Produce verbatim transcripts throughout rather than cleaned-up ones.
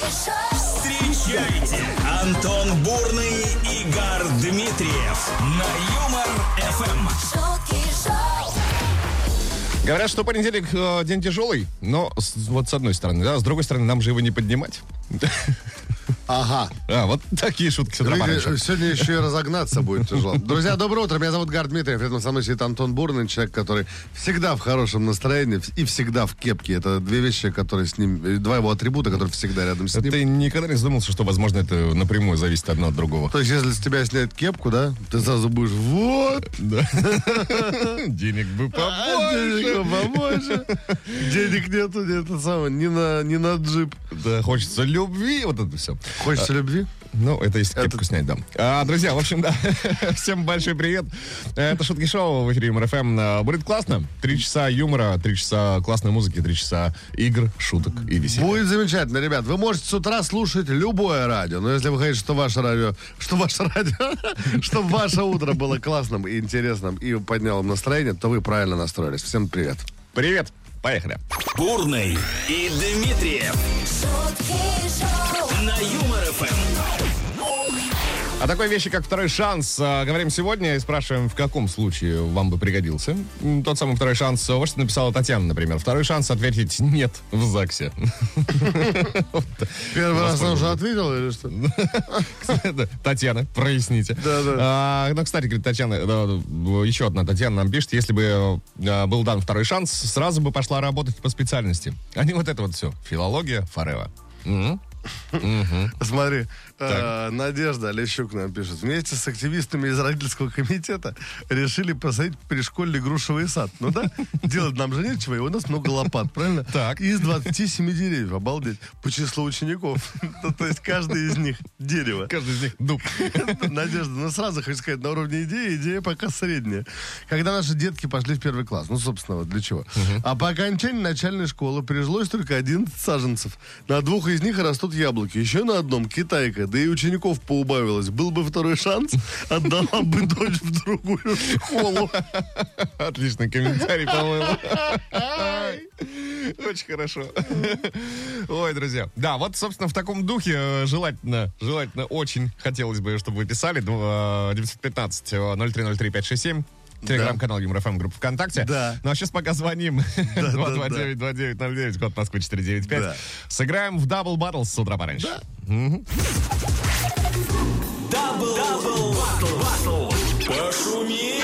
Встречайте, Антон Бурный, Игорь Дмитриев на Юмор эф эм. Говорят, что понедельник э, день тяжелый, но с, вот с одной стороны, да, с другой стороны, нам же его не поднимать. Ага. А, вот такие шутки с утра пораньше. Сегодня еще и разогнаться будет тяжело. Друзья, доброе утро. Меня зовут Игорь Дмитриев. Рядом со мной сидит Антон Бурный, человек, который всегда в хорошем настроении и всегда в кепке. Это две вещи, которые с ним... Два его атрибута, которые всегда рядом с ним. Ты никогда не задумался, что, возможно, это напрямую зависит одно от другого? То есть, если с тебя снять кепку, да, ты сразу будешь вот... Денег бы побольше. Денег побольше. Денег нету, это самое, не на, не на джип. Да, хочется любви, вот это все. Хочется любви? Ну, это если кепку Это- снять, да. А, друзья, в общем, да, всем большой привет. Это Шутки Шоу в эфире Юмор эф эм. Будет классно. Три часа юмора, три часа классной музыки, три часа игр, шуток и веселья. Будет замечательно, ребят. Вы можете с утра слушать любое радио. Но если вы хотите, что ваше радио, что ваше радио, чтобы ваше утро было классным и интересным и подняло вам настроение, то вы правильно настроились. Всем привет. Привет, поехали. Бурный и Дмитриев на Юмор эф эм. О такой вещи, как второй шанс, а, говорим сегодня и спрашиваем, в каком случае вам бы пригодился. М, Тот самый второй шанс. Вот что написала Татьяна, например. Второй шанс ответить «нет» в ЗАГСе. Первый раз она уже ответила или что? Да, Татьяна, проясните. Да-да. А, ну, кстати, говорит Татьяна, да, еще одна Татьяна нам пишет, если бы а, был дан второй шанс, сразу бы пошла работать по специальности. А не вот это вот все. Филология, форева. Мгм. Мгм. Смотри, э, Надежда Лещук нам пишет. Вместе с активистами из родительского комитета решили посадить пришкольный грушевый сад. Ну да, делать нам же нечего, и у нас много лопат, правильно? Так. Из двадцати семи деревьев, обалдеть, по числу учеников. Ну, то есть каждый из них дерево. Каждый из них дуб. Надежда, ну сразу хочу сказать, на уровне идеи, идея пока средняя. Когда наши детки пошли в первый класс, ну, собственно, вот для чего. А по окончании начальной школы прижилось только одиннадцать саженцев. На двух из них растут яблоки, еще на одном китайка, да и учеников поубавилось. Был бы второй шанс, отдала бы дочь в другую школу. Отличный комментарий, по-моему. Очень хорошо. Ой, друзья. Да, вот, собственно, в таком духе э, желательно, желательно очень хотелось бы, чтобы вы писали. девятьсот пятнадцать ноль три ноль три пять шесть семь. Телеграм-канал Юмор эф эм, группа ВКонтакте. Да. Ну а сейчас пока звоним. два два девять два девять ноль девять, код Москвы четыре девять пять. Да. Сыграем в Дабл Баттл с утра пораньше. Дабл, дабл, баттл, баттл. Пошумим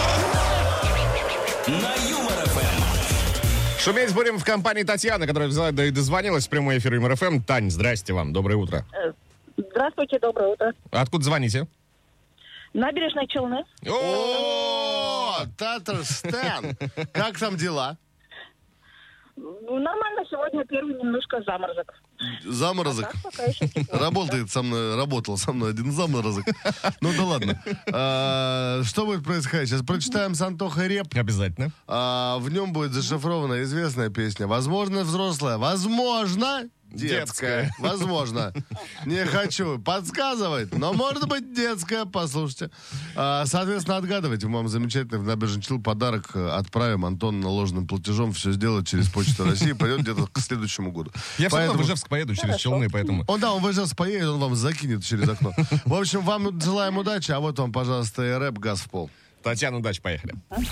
на Юмор эф эм. Шуметь будем в компании Татьяны, которая взяла да и дозвонилась в прямой эфир Юмор эф эм. Тань, здрасте вам, доброе утро. Здравствуйте, доброе утро. Откуда звоните? Набережные Челны. О, Татарстан. Как там дела? Ну, нормально, сегодня первый немножко заморозок. Заморозок. Так, пока еще тепло. Работает со мной, работал со мной один заморозок. Ну да ладно. А, Что будет происходить? Сейчас прочитаем с Антохой реп. Обязательно. А, В нем будет зашифрована известная песня. Возможно, взрослая. Возможно, детская. Детская. Возможно. Не хочу подсказывать, но может быть детская. Послушайте. А, Соответственно, отгадывайте. Мы вам замечательный в Набережной Челны подарок отправим. Антон наложенным платежом все сделает через Почту России. Пойдет где-то к следующему году. Я все равно в Поэтому- Ижевск поеду через Челны, поэтому... Он, да, он в Ижевск поедет, он вам закинет через окно. В общем, вам желаем удачи, а вот вам, пожалуйста, и рэп «Газ в пол». Татьяна, удачи, поехали.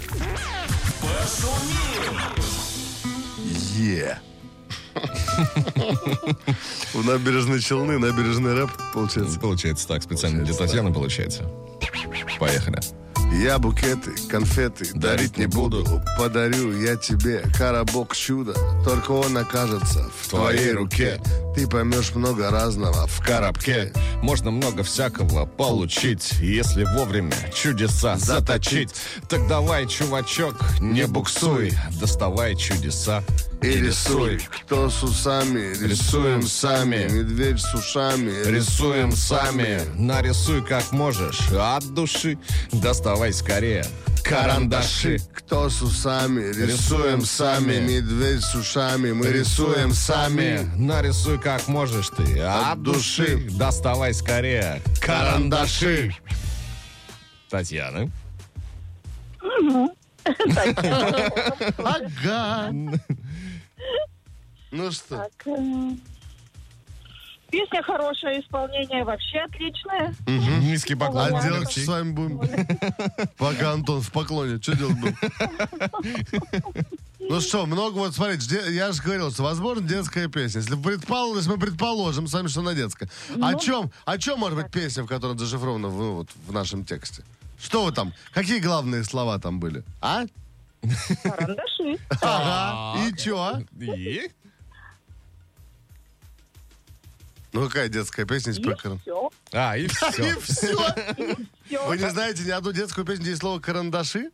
Е. У Набережной Челны набережный рэп, получается. Получается так, специально для Получается Татьяны получается. Поехали. Я букеты, конфеты дарить не буду. Подарю я тебе коробок чуда. Только он окажется в твоей руке. Ты поймешь много разного в коробке. Можно много всякого получить, если вовремя чудеса заточить. Так давай, чувачок, не буксуй, доставай чудеса И рисуй, кто с усами, рисуем сами. Медведь с ушами, Рисуем сами, нарисуй как можешь, от души доставай скорее карандаши. Кто с усами, рисуем сами. Медведь с ушами, мы рисуем сами. Нарисуй как можешь ты, от души доставай скорее карандаши. Татьяна. Ага. Ну что? Так, эм, Песня хорошая, исполнение вообще отличное. Низкий поклон. А Ладно. делать что с вами будем? Пока Антон в поклоне. Что делать будем? Ну что, много, вот смотрите, де- я же говорил, что возможно детская песня. Если, предположим, если мы предположим сами, что она детская. О чем, о чем может быть песня, в которой зашифрована в, вот, в нашем тексте? Что вы там, какие главные слова там были? А? Карандаши. Ага. И чё? И? Ну какая детская песня есть И про карандаши? все. А, и все. И все. Все. Вы не знаете ни одну детскую песню, где есть слово карандаши?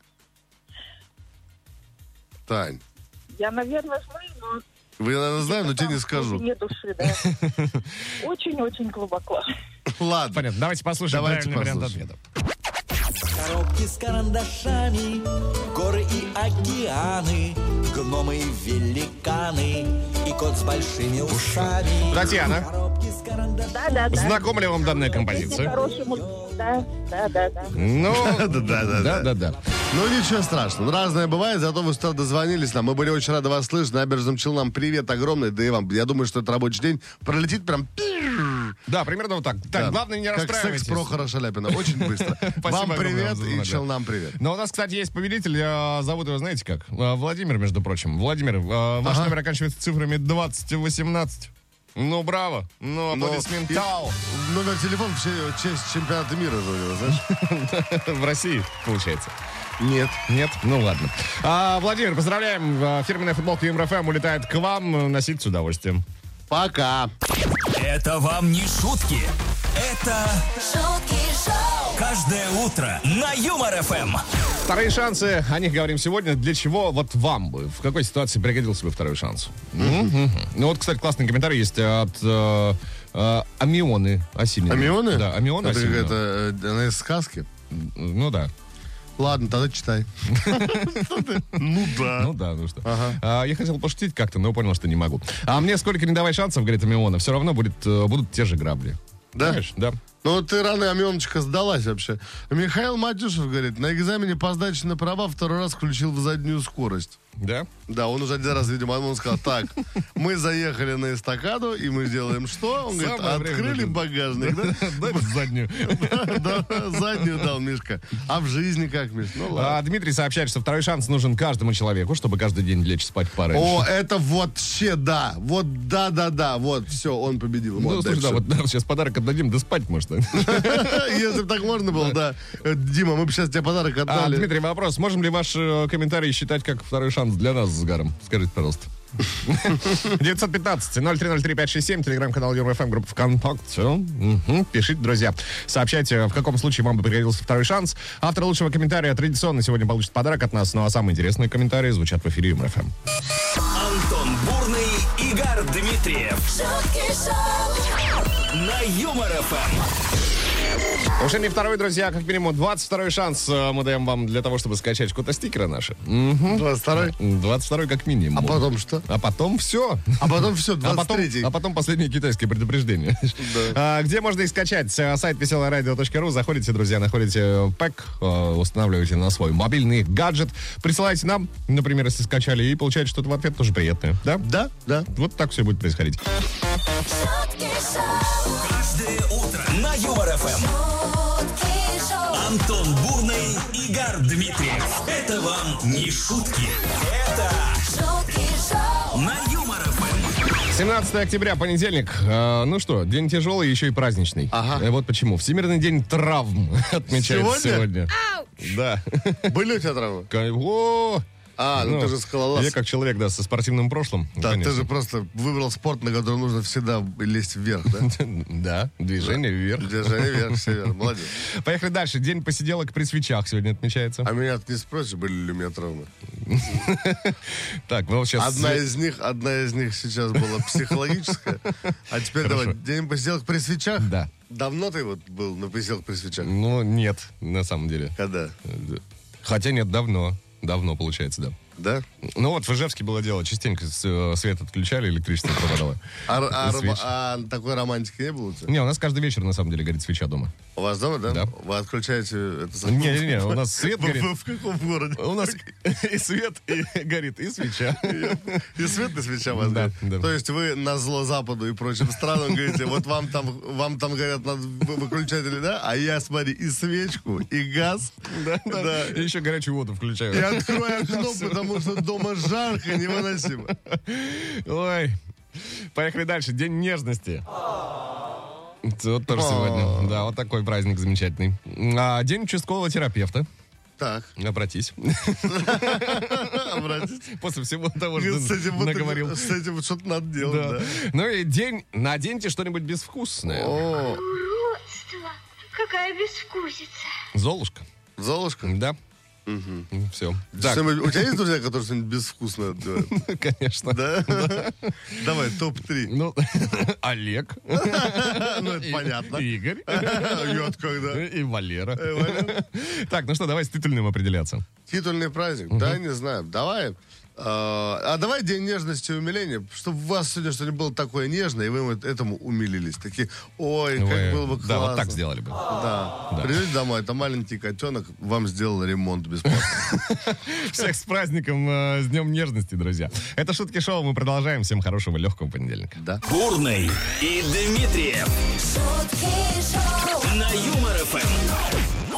Тань, Я, наверное, знаю, но... вы, наверное, знаете, но тебе не скажу. Не души, да. Очень-очень глубоко. Ладно. Понятно, давайте послушаем Давайте правильный вариант послушаем. ответа. Коробки с карандашами, горы и океаны, гномы и великаны, и кот с большими ушами. Татьяна, Коробки с карандашами. Да-да-да. знакома ли вам данная Песня композиция? хорошая, музыка. Да, да-да-да. Ну, Да-да-да. да-да-да. Ну, ничего страшного. Ну, разное бывает, зато вы что дозвонились нам. Мы были очень рады вас слышать. Набережным Челнам привет огромный. Да и вам. Я думаю, что этот рабочий день пролетит прям... Да, примерно вот так. Так, Да. главное, не Как расстраивайтесь. секс Прохора Шаляпина. Очень быстро. Спасибо Вам огромное привет вам за и звонок, да. Челнам привет. Но у нас, кстати, есть победитель. э, Зовут его, знаете как? Э, Владимир, между прочим. Владимир, э, ваш Ага. номер оканчивается цифрами двадцать восемнадцать. Ну, браво. Ну, Но- аплодисментал. и Номер телефона в че- в честь чемпионата мира же у него, знаешь? В России, получается. Нет. Нет? Ну ладно. А, Владимир, поздравляем. А, Фирменная футболка ЮморФМ улетает к вам. Носите с удовольствием. Пока. Это вам не шутки. Это шутки шоу, каждое утро на Юмор ФМ. Вторые шансы, о них говорим сегодня. Для чего вот вам бы, в какой ситуации пригодился бы второй шанс? Мгм. Ну вот, кстати, классный комментарий есть от э, э, Амионы Осинина. Амионы? Да, Амионы Это Осинина. какая-то, э, она из сказки? Ну да. Ладно, тогда читай. Ну да. Ну да, ну что. Ага. А, я хотел пошутить как-то, но понял, что не могу. А мне сколько не давай шансов, говорит Амиона, все равно будет, э, будут те же грабли. Да? Понимаешь? Да. Ну, вот ты рано, Амионочка, сдалась вообще. Михаил Матюшев говорит, на экзамене по сдаче на права второй раз включил в заднюю скорость. Да? Да, он уже один раз, видимо, он сказал, так, мы заехали на эстакаду, и мы делаем что? Он говорит, Самое время открыли даже. багажник, да? Дай заднюю. Да, заднюю дал Мишка. А в жизни как, Миш? Ну ладно. А, Дмитрий сообщает, что второй шанс нужен каждому человеку, чтобы каждый день лечь спать пораньше. О, это вообще да. Вот да-да-да. Вот, все, он победил. Ну, Вот, слушай, да, дальше. вот нам сейчас подарок отдадим, да спать можно. Если бы так можно было, да. Э, Дима, мы бы сейчас тебе подарок А, отдали. Дмитрий, вопрос. Можем ли ваш э, комментарий считать как второй шанс для нас с Гаром? Скажите, пожалуйста. девятьсот пятнадцать ноль три ноль три пять шесть семь, телеграм-канал ЮморФМ, группа ВКонтакте. Мгм. Пишите, друзья. Сообщайте, в каком случае вам бы пригодился второй шанс. Автор лучшего комментария традиционно сегодня получит подарок от нас. Ну а самые интересные комментарии звучат в эфире ЮморФМ. Антон Бурный, Игорь Дмитриев шутки шоу, на Юмор ФМ. Уже не второй, друзья, как минимум двадцать второй шанс э, мы даем вам для того, чтобы скачать кота-стикеры наши. Мгм. двадцать второй. двадцать второй как минимум. А потом что? А потом все. А потом все, А потом, двадцать третий. а потом последнее китайское предупреждение. А, где можно их скачать? А, Сайт веселое радио точка ру. Заходите, друзья, находите пэк, а, устанавливаете на свой мобильный гаджет, присылайте нам, например, если скачали, и получаете что-то в ответ тоже приятное. Да? Да, да. Вот так все будет происходить. шутки шоу, Каждое утро на Юмор ФМ. шутки шоу, Антон Бурный, Игорь Дмитриев. Это вам не шутки. Это шутки шоу, на Юмор ФМ. семнадцатое октября, понедельник. А, ну что, день тяжелый, еще и праздничный. Ага. Э, Вот почему. Всемирный день травм отмечается Сегодня? сегодня. Да. Были у тебя травмы? О! А, ну, ты же скалолаз. Я как человек, да, со спортивным прошлым. Да, конечно. ты же просто выбрал спорт, на который нужно всегда лезть вверх, да? Да, движение вверх. Движение вверх, все верно. Молодец. Поехали дальше. День посиделок при свечах сегодня отмечается. А меня ты не спросишь, были ли у меня травмы? Так, ну вот сейчас... Одна из них, одна из них сейчас была психологическая. А теперь давай, день посиделок при свечах? Да. Давно ты вот был на посиделках при свечах? Ну, нет, на самом деле. Когда? Хотя нет, давно. Давно, получается, да. Да? Ну вот в Ижевске было дело, частенько с- э, свет отключали, электричество пропадало. А, а- И свечи. а такой романтики не было у тебя? Не, у нас каждый вечер на самом деле горит свеча дома. У вас дома, да? Да. Вы отключаете это самое? Не-не-не, у нас свет Вы- горит. вы в каком городе? У нас и свет, и горит, и свеча. И свет, и свеча у вас Да, горит. да. То есть вы на зло Западу и прочим странам говорите, вот вам там, вам там говорят, надо вы- выключатели, да? А я, смотри, и свечку, и газ. Да, да. Да. И еще горячую воду включаю. И открою окно, потому что дома жарко, невыносимо. Ой. Поехали дальше. День нежности. Вот тоже сегодня. Да, вот такой праздник замечательный. А, день участкового терапевта. Так, Обратись. обратите. После всего того, что С этим вот наговорил. с этим вот что-то надо делать, Да. да. Ну и день, наденьте что-нибудь безвкусное. О, Уродство! Какая безвкусица! Золушка. Золушка? Да. Все. Так, Что-нибудь- У тебя есть друзья, которые что-нибудь безвкусное делают? конечно. Да? Давай, топ три. Ну, Олег. Ну, это понятно. Игорь. Йод когда. И Валера. Э, Валя. Так, ну что, давай с титульным определяться. Титульный праздник? Да, не знаю. Давай. А а давай день нежности и умиления, чтобы у вас сегодня что-нибудь было такое нежное, и вы вот этому умилились. Такие, ой, как Ой, было бы классно. Да, вот так сделали бы. Да. Придете домой, это маленький котенок вам сделал ремонт бесплатно. Всех с праздником, э, с Днем нежности, друзья. Это «Шутки шоу», мы продолжаем. Всем хорошего, легкого понедельника. Да. Бурный и Дмитриев шутки шоу, на Юмор ФМ.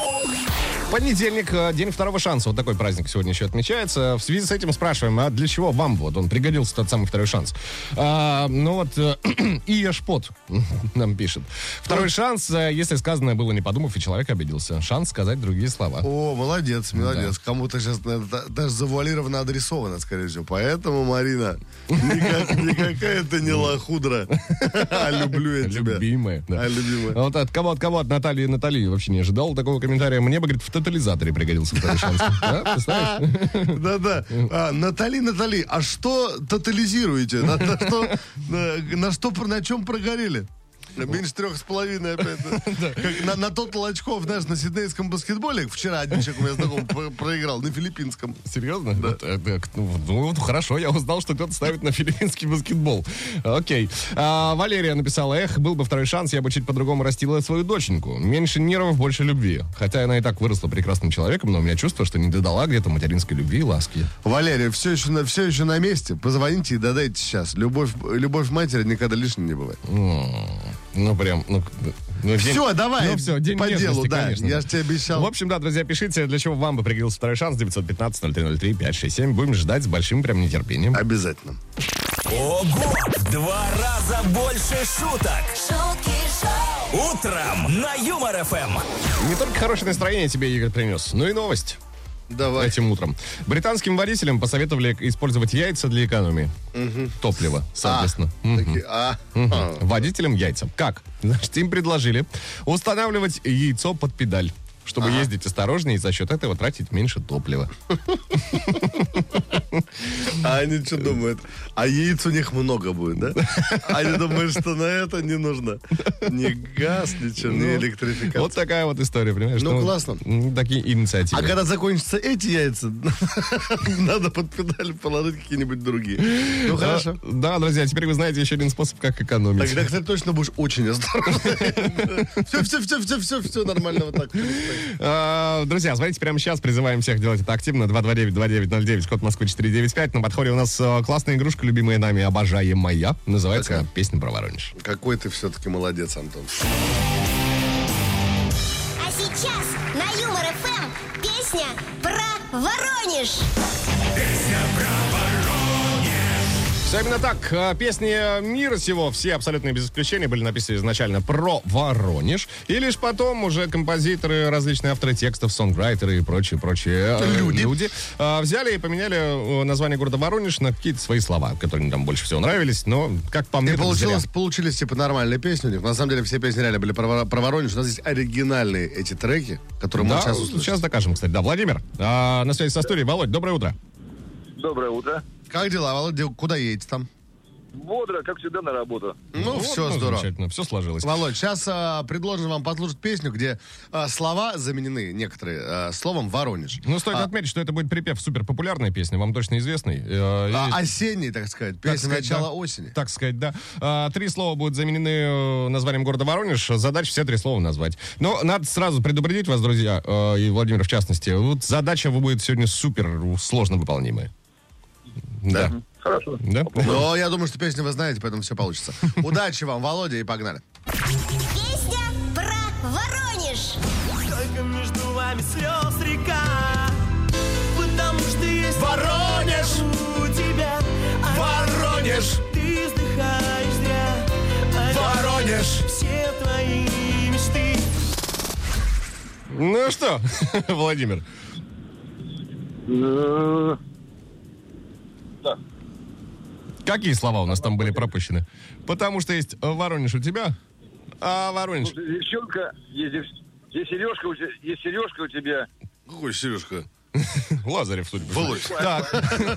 Понедельник, э, день второго шанса. Вот такой праздник сегодня еще отмечается. В связи с этим спрашиваем, а для чего вам вот он пригодился, тот самый второй шанс? А, ну вот, э, Ия Шпот нам пишет. Второй шанс, э, если сказанное было не подумав, и человек обиделся. Шанс сказать другие слова. О, молодец, молодец. Кому-то сейчас наверное, даже завуалированно адресовано, скорее всего. Поэтому, Марина, никак- никакая ты не лохудра. А люблю я тебя. Любимая. да. А, любимая. А вот от кого, от кого, от Натальи Натальи вообще не ожидал такого комментария. Мне бы, говорит, в тотализаторе пригодился второй шанс. Да, представляешь? Да-да. А, Натали, Натали, а что тотализируете? На, на что, на, на что, на чем прогорели? Меньше трех с половиной опять. да. Как на, на тот очков, знаешь, на сиднейском баскетболе вчера один человек у меня знакомый про- проиграл, на филиппинском. Серьезно? Вот, э, э, ну, ну, хорошо, я узнал, что кто-то ставит на филиппинский баскетбол. Окей. А, Валерия написала, эх, был бы второй шанс, я бы чуть по-другому растила свою доченьку. Меньше нервов, больше любви. Хотя она и так выросла прекрасным человеком, но у меня чувство, что не додала где-то материнской любви и ласки. Валерия, все еще, на, все еще на месте. Позвоните и додайте сейчас. Любовь, любовь матери никогда лишней не бывает. Ну, прям, ну... ну, день- Все, давай, Ну, все, день по нежности, делу, да. конечно, Я да. же тебе обещал. В общем, да, друзья, пишите, для чего вам бы пригодился второй шанс. девятьсот пятнадцать ноль три ноль три пять шесть семь. Будем ждать с большим прям нетерпением. Обязательно. Ого! В два раза больше шуток. шутки шоу, Утром на Юмор ФМ. Не только хорошее настроение тебе, Игорь, принес, но и новость. Давай. Этим утром. Британским водителям посоветовали использовать яйца для экономии. Топлива, соответственно. Мгм. Такие, а, Мгм. а. Водителям яйца. Как? Значит, им предложили устанавливать яйцо под педаль, чтобы ездить осторожнее и за счет этого тратить меньше топлива. А они что думают? А яиц у них много будет, да? Они думают, что на это не нужно ни газ, ничего, ни Ну, электрификация. Вот такая вот история, понимаешь? Ну, классно. м, Такие инициативы. А когда закончатся эти яйца, надо под педаль положить какие-нибудь другие. Ну, хорошо. А, Да, друзья, теперь вы знаете еще один способ, как экономить. Тогда, кстати, точно будешь очень осторожен. Все, все, все, все, все, все нормально вот так. А, Друзья, звоните прямо сейчас, призываем всех делать это активно. два два девять два девять ноль девять, код Москвы четыре девять пять. На подходе у нас а, классная игрушка, любимая нами, обожаемая. Называется «Песня про Воронеж». Какой ты все-таки молодец, Антон. А сейчас на Юмор ФМ песня про Воронеж. Все именно так. А, Песни мира сего, все абсолютно без исключения, были написаны изначально про Воронеж. И лишь потом уже композиторы, различные авторы текстов, сонграйтеры и прочие-прочие э, Люди. люди э, взяли и поменяли э, название города Воронеж на какие-то свои слова, которые им там больше всего нравились. Но, как по мне, И это получилось, зря. получились типа нормальные песни у них. На самом деле все песни реально были про, Вор- про Воронеж. У нас есть оригинальные эти треки, которые мы Да, сейчас услышим. сейчас докажем, кстати. Да, Владимир, а, на связи со студией. Володь, доброе утро. Доброе утро. Как дела, Володя? Куда едете там? бодро, как всегда, на работу. Ну, все ну, здорово. Замечательно, все сложилось. Володь, сейчас а, предложим вам послушать песню, где а, слова заменены некоторые а, словом «Воронеж». Ну, стоит А, отметить, что это будет припев суперпопулярной песни, вам точно известной. Э, а, есть- осенний, так сказать, Так песня сказать, начала да. осени. Так сказать, да. А, Три слова будут заменены э, названием города Воронеж. Задача все три слова назвать. Но надо сразу предупредить вас, друзья, э, и Владимир в частности. Вот задача будет сегодня супер сложно выполнимая. Да. Хорошо. Да? Но я думаю, что песню вы знаете, поэтому все получится. Удачи вам, Володя, и погнали. Песня про Воронеж. Только между вами слез река, потому что есть Воронеж! у тебя. Воронеж! Ты вздыхаешь зря. Воронеж! Все твои мечты. Ну что, Владимир? Э, Да. Какие слова у нас там были пропущены? Потому что есть Воронеж у тебя, а Воронеж... Слушай, девчонка, есть, дев- есть Сережка у тебя, есть Сережка у тебя. Какой Сережка? Лазарев, судя по всему. Володь. Так,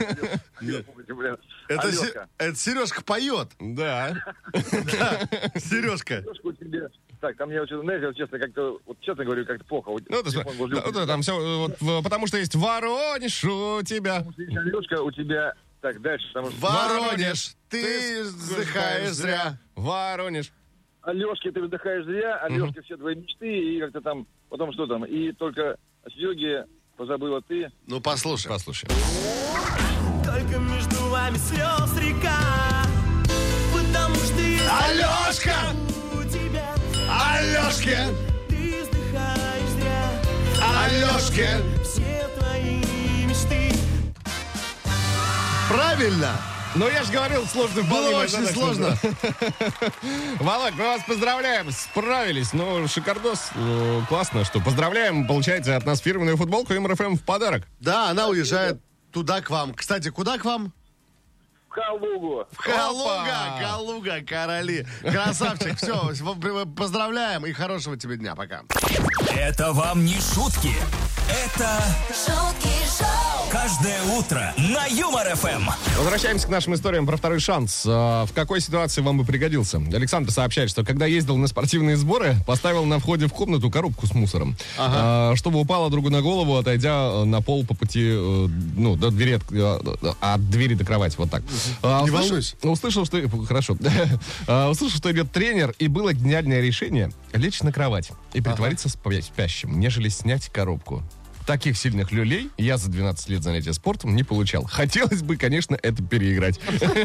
Это, Се- Алёшка. это Сережка поет. да. Сережка. Сережка у тебя. Так, там я вот что-то, знаете, вот честно, как-то, вот честно говорю, как-то плохо. Вот Ну, ты телефон смотри, возле да, уха. да, там все, вот, в- потому что есть Воронеж у тебя. Есть Алёшка у тебя. Так, дальше, потому что... Воронеж, ты вздыхаешь зря. Воронеж. Алёшке ты вздыхаешь зря, Алёшке все твои мечты, и как-то там, потом что там, и только о Сереге позабыла ты. Ну, послушай. Послушай. Только между вами слез река, потому что есть Алёшка! у тебя. Алёшке! Ты вздыхаешь зря. Алёшке! Все твои мечты. Правильно! Ну, я же говорил, сложно Было выполнимая очень задача. сложно. Володь, мы вас поздравляем, справились. Ну, шикардос, э, классно, что поздравляем. Получаете от нас фирменную футболку МРФМ в подарок. Да, она уезжает туда к вам. Кстати, куда к вам? В Калугу. В Калуга, Опа! Калуга, короли. Красавчик, все, поздравляем и хорошего тебе дня, пока. Это вам не шутки. Это шутки шоу, каждое утро на Юмор-ФМ. Возвращаемся к нашим историям про второй шанс. А, В какой ситуации вам бы пригодился? Александр сообщает, что когда ездил на спортивные сборы, поставил на входе в комнату коробку с мусором, а, чтобы упала другу на голову, отойдя на пол по пути, э, ну, до двери, от, э, от двери до кровати, вот так. А, Не услышал- волнуйся. Услышал, что... Хорошо. А, Услышал, что идет тренер, и было гениальное решение лечь на кровать и притвориться спя- спящим, нежели снять коробку. Таких сильных люлей я за двенадцать лет занятия спортом не получал. Хотелось бы, конечно, это переиграть.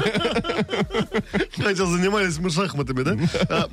Хотел, занимались мы шахматами, да? А,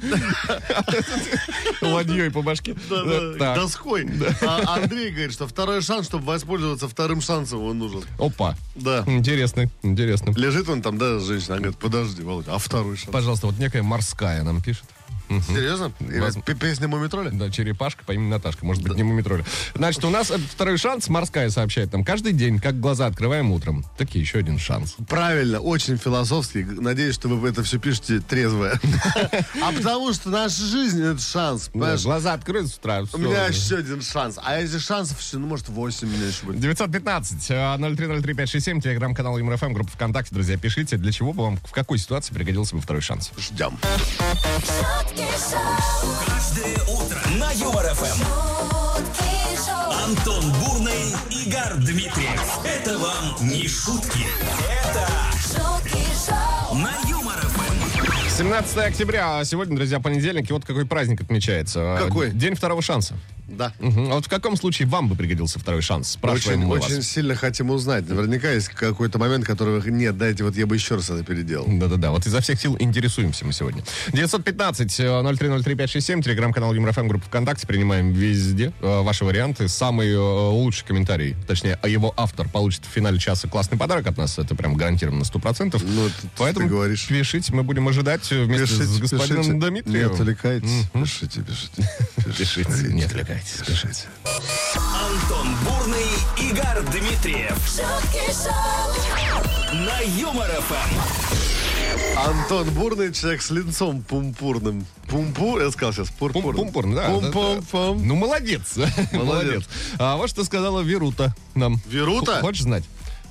Ладьей по башке. да, да, Так. доской. А Андрей говорит, что второй шанс, чтобы воспользоваться вторым шансом, он нужен. Опа. Да. Интересно, интересно. Лежит он там, да, женщина, она говорит, подожди, Володя, а второй шанс? Пожалуйста, вот некая морская нам пишет. Серьезно? И Возможно. п- Песня Мумитроля? Да, черепашка по имени Наташка, может быть, не мумитроля. Значит, у нас этот второй шанс, морская сообщает нам, каждый день, как глаза открываем утром. Таки еще один шанс. Правильно, очень философский. Надеюсь, что вы это все пишете трезвое. А потому что наша жизнь — это шанс. Да, Понимаешь? глаза открыты с утра. У меня еще один шанс. А если шансов еще, ну, может, восемь у меня еще будет. девятьсот пятнадцать ноль три ноль три пять шесть семь, телеграм-канал ЮморФМ, группа ВКонтакте. Друзья, пишите, для чего бы вам, в какой ситуации пригодился бы второй шанс. Ждем. шутки шоу, Каждое утро на Юмор-ФМ. шутки шоу, Антон Бурный, Игорь Дмитриев. Это вам не шутки. Это шутки шоу, на Юмор-ФМ. семнадцатое октября, а сегодня, друзья, понедельник, и вот какой праздник отмечается. Какой? День второго шанса. Да. Мгм. А вот в каком случае вам бы пригодился второй шанс? Спрашиваем Очень, мы очень вас. сильно хотим узнать. Наверняка есть какой-то момент, которого нет, дайте вот я бы еще раз это переделал. Да-да-да, вот изо всех сил интересуемся мы сегодня. девятьсот пятнадцать ноль три ноль три пять шесть семь, телеграм-канал ЮморФМ, группа ВКонтакте. Принимаем везде э, ваши варианты. Самый э, лучший комментарий, точнее, а его автор получит в финале часа классный подарок от нас. Это прям гарантированно на сто процентов. Ну, это Поэтому ты говоришь. пишите, мы будем ожидать э, вместе с господином Не Дмитриевым. отвлекайтесь. Пишите, пишите. Пишите, не отвлекайтесь, пишите. Антон Бурный, Игорь Дмитриев. шутки шоу, На Юмор-ФМ. Антон Бурный, человек с лицом пумпурным. Пумпур, я сказал сейчас, Пум- пурпурным. Пумпурный, да. Пум-пум-пум. Ну, молодец. Молодец. А вот что сказала Верута нам. Верута? Х- Хочешь знать?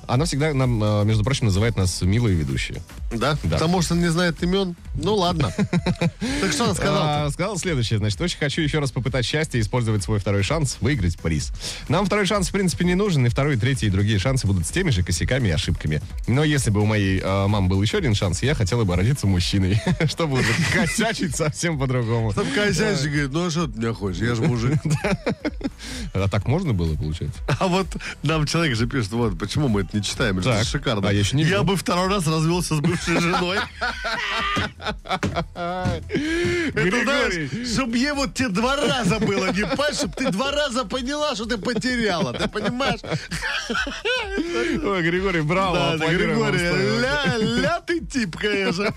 Она всегда нам, э, между прочим, называет нас милые ведущие. Да? Да. Потому что не знает имен? Ну ладно. Так что она сказала? А, сказал следующее. Значит, очень хочу еще раз попытать счастье и использовать свой второй шанс, выиграть приз. Нам второй шанс, в принципе, не нужен, и второй, третий и другие шансы будут с теми же косяками и ошибками. Но если бы у моей э, мамы был еще один шанс, я хотела бы родиться мужчиной, чтобы уже косячить совсем по-другому. Там косячить, говорит, ну а что ты меня хочешь, я же мужик. А так можно было, получается? А вот нам человек же пишет, вот, почему мы это не читаем, это Так. же шикарно. А я еще не видел. бы второй раз развелся с бывшей женой. Это, знаешь, чтобы ей вот тебе два раза было, не понимаешь, чтобы ты два раза поняла, что ты потеряла, ты понимаешь? Ой, Григорий, браво. Да, да, аплодируем вам Григорий, стоило. ля, ля ты тип, конечно.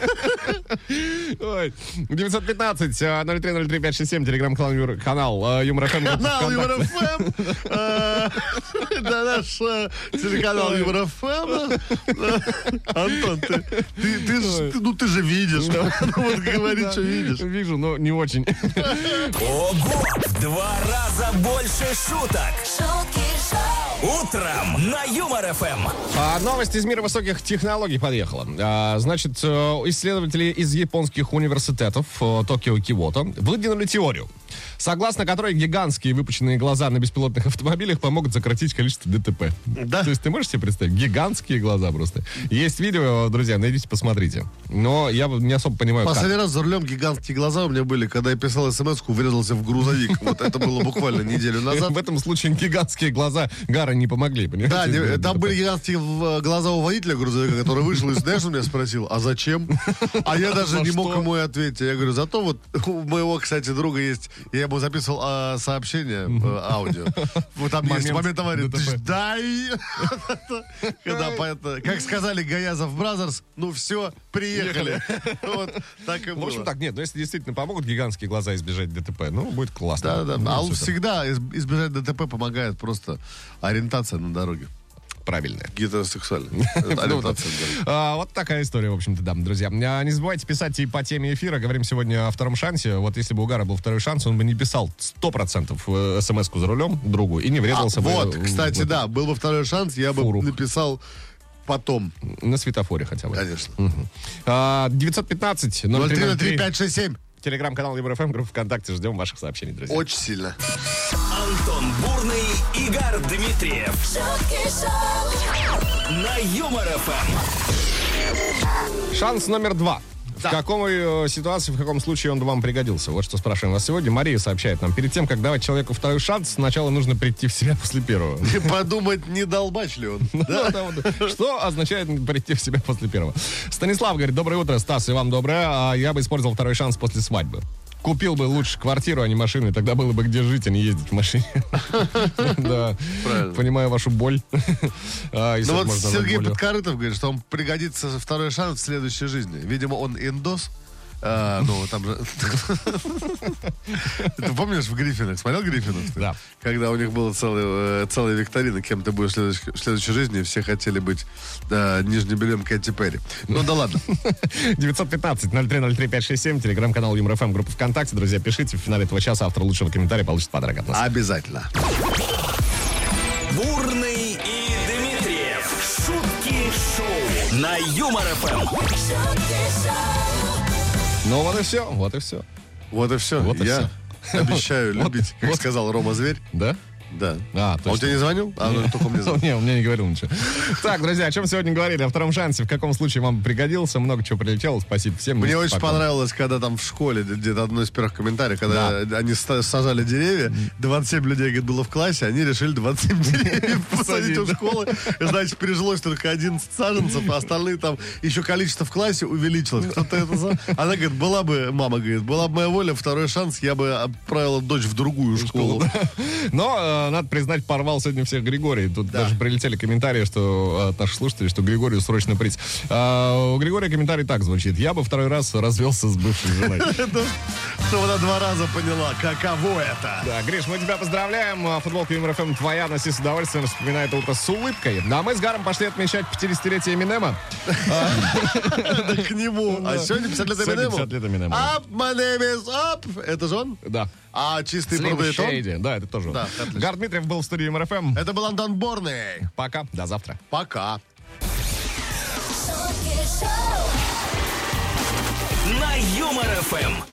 Ой, девятьсот пятнадцать ноль три ноль три пять шесть семь, телеграм-канал Юмор- канал э, Юмор ФМ. Канал Юмор ФМ. э, Да, наш э, телеканал Юмор ФМ. Антон, ты, ты, ты, ж- ты- ну ты же видишь. Ну вот говори, что видишь. Вижу, но не очень. Ого! В два раза больше шуток. шутки шоу, Утром на Юмор ФМ. А, новость из мира высоких технологий подъехала. А, значит, э, исследователи из японских университетов э, Токио и Киото выдвинули теорию, согласно которой гигантские выпученные глаза на беспилотных автомобилях помогут сократить количество ДТП. Да. То есть ты можешь себе представить? Гигантские глаза просто. Есть видео, друзья, найдите, посмотрите. Но я не особо понимаю, как. Последний раз за рулем гигантские глаза у меня были, когда я писал смс-ку, врезался в грузовик. Вот это было буквально неделю назад. В этом случае гигантские глаза Гара не помогли, понимаете? Да, не- там были гигантские в- глаза у водителя грузовика, который вышел и, знаешь, он меня спросил, а зачем? А я даже За не мог что? ему и ответить. Я говорю, зато вот у моего, кстати, друга есть, я ему записывал а, сообщение, а, аудио. Вот там есть Момент момент аварии. ДТП. Ты ж дай! Когда, поэт- как сказали Гаязов Бразерс, ну все, приехали. Вот так и В общем было. так, нет, но если действительно помогут гигантские глаза избежать ДТП, ну, будет классно. Да, да, Ну, а супер. всегда из- избежать ДТП помогает просто ориентация на дороге. Правильно. Гетеросексуальная. Ну, да. Ориентация на дороге. А, вот такая история, в общем-то, да, друзья. А, не забывайте писать и по теме эфира. Говорим сегодня о втором шансе. Вот если бы у Гара был второй шанс, он бы не писал сто процентов смс-ку за рулем другу и не врезался А, бы вот, в- кстати, в- да, был бы второй шанс, я бы Фуру. написал потом. на светофоре хотя бы. Конечно. А, девятьсот пятнадцать ноль ноль три три ноль три пять шесть семь. Телеграм-канал Юмор ФМ, группа ВКонтакте. Ждем ваших сообщений, друзья. Очень сильно. Антон Бурный, Игорь Дмитриев шутки шоу, на Юмор ФМ. Шанс номер два. В какой э, ситуации, в каком случае он бы вам пригодился? Вот что спрашиваем вас сегодня. Мария сообщает нам. Перед тем, как давать человеку второй шанс, сначала нужно прийти в себя после первого. И подумать, не долбач ли он. Да, да, вот. Что означает прийти в себя после первого? Станислав говорит, доброе утро, Стас, и вам доброе. А я бы использовал второй шанс после свадьбы. Купил бы лучше квартиру, а не машину, и тогда было бы где жить, а не ездить в машине. Да, Правильно. понимаю вашу боль. А, если Ну это вот можно назвать Сергей болью. Подкорытов говорит, что он пригодится второй шанс в следующей жизни. Видимо, он индос. А, ну, там же... Ты помнишь в Гриффинах? Смотрел Гриффинов? ты? Да. Когда у них была целая, э, целая викторина, кем ты будешь в следующей, в следующей жизни, и все хотели быть да, нижним бельем Кэти Перри. Ну да ладно. девятьсот пятнадцать ноль три ноль три пять шесть семь, телеграм-канал Юмор ФМ, группа ВКонтакте. Друзья, пишите. В финале этого часа автор лучшего комментария получит подарок от нас. Обязательно. Бурный и Дмитриев. Шутки шоу на Юмор ФМ. шутки шоу, Ну вот и все, вот и все. Вот и все. Вот и Я обещаю Вот, любить, как вот. сказал Рома Зверь. Да? Да. А, А он точно. тебе не звонил? А, ну, только мне звонил. Не, он мне не говорил ничего. Так, друзья, о чем сегодня говорили? О втором шансе. В каком случае вам пригодился? Много чего прилетело. Спасибо всем. Мне очень Пока. понравилось, когда там в школе, где-то одно из первых комментариев, когда они ста- сажали деревья, двадцать семь людей, говорит, было в классе, они решили двадцать семь деревьев посадить у школы. Значит, пережилось только одиннадцать саженцев, а остальные там еще количество в классе увеличилось. Кто-то это за- Она говорит, была бы, мама говорит, была бы моя воля, второй шанс, я бы отправила дочь в другую школу. Но, э, надо признать, порвал сегодня всех Григорий. Тут даже прилетели комментарии, что от наших слушателей, что Григорию срочно приз. А, у Григория комментарий так звучит. Я бы второй раз развелся с бывшей женой. Чтобы она два раза поняла, каково это. Да, Гриш, мы тебя поздравляем. А, Футболка Юмор ФМ твоя. Носи с удовольствием. Вспоминай это утро с улыбкой. А мы с Гаром пошли отмечать пятидесятилетие Эминема. Да к нему. А сегодня пятьдесят лет Сегодня Эминему. пятьдесят лет Эминему. Up, my name is up. Это же он? Да. А чистый Slim продуктон? Shady. Да, это тоже он. Да, отлично. Гар Дмитриев был в студии Юмор ФМ. Это был Антон Борный. Пока. До завтра. Пока. шутки шоу. На Юмор ФМ.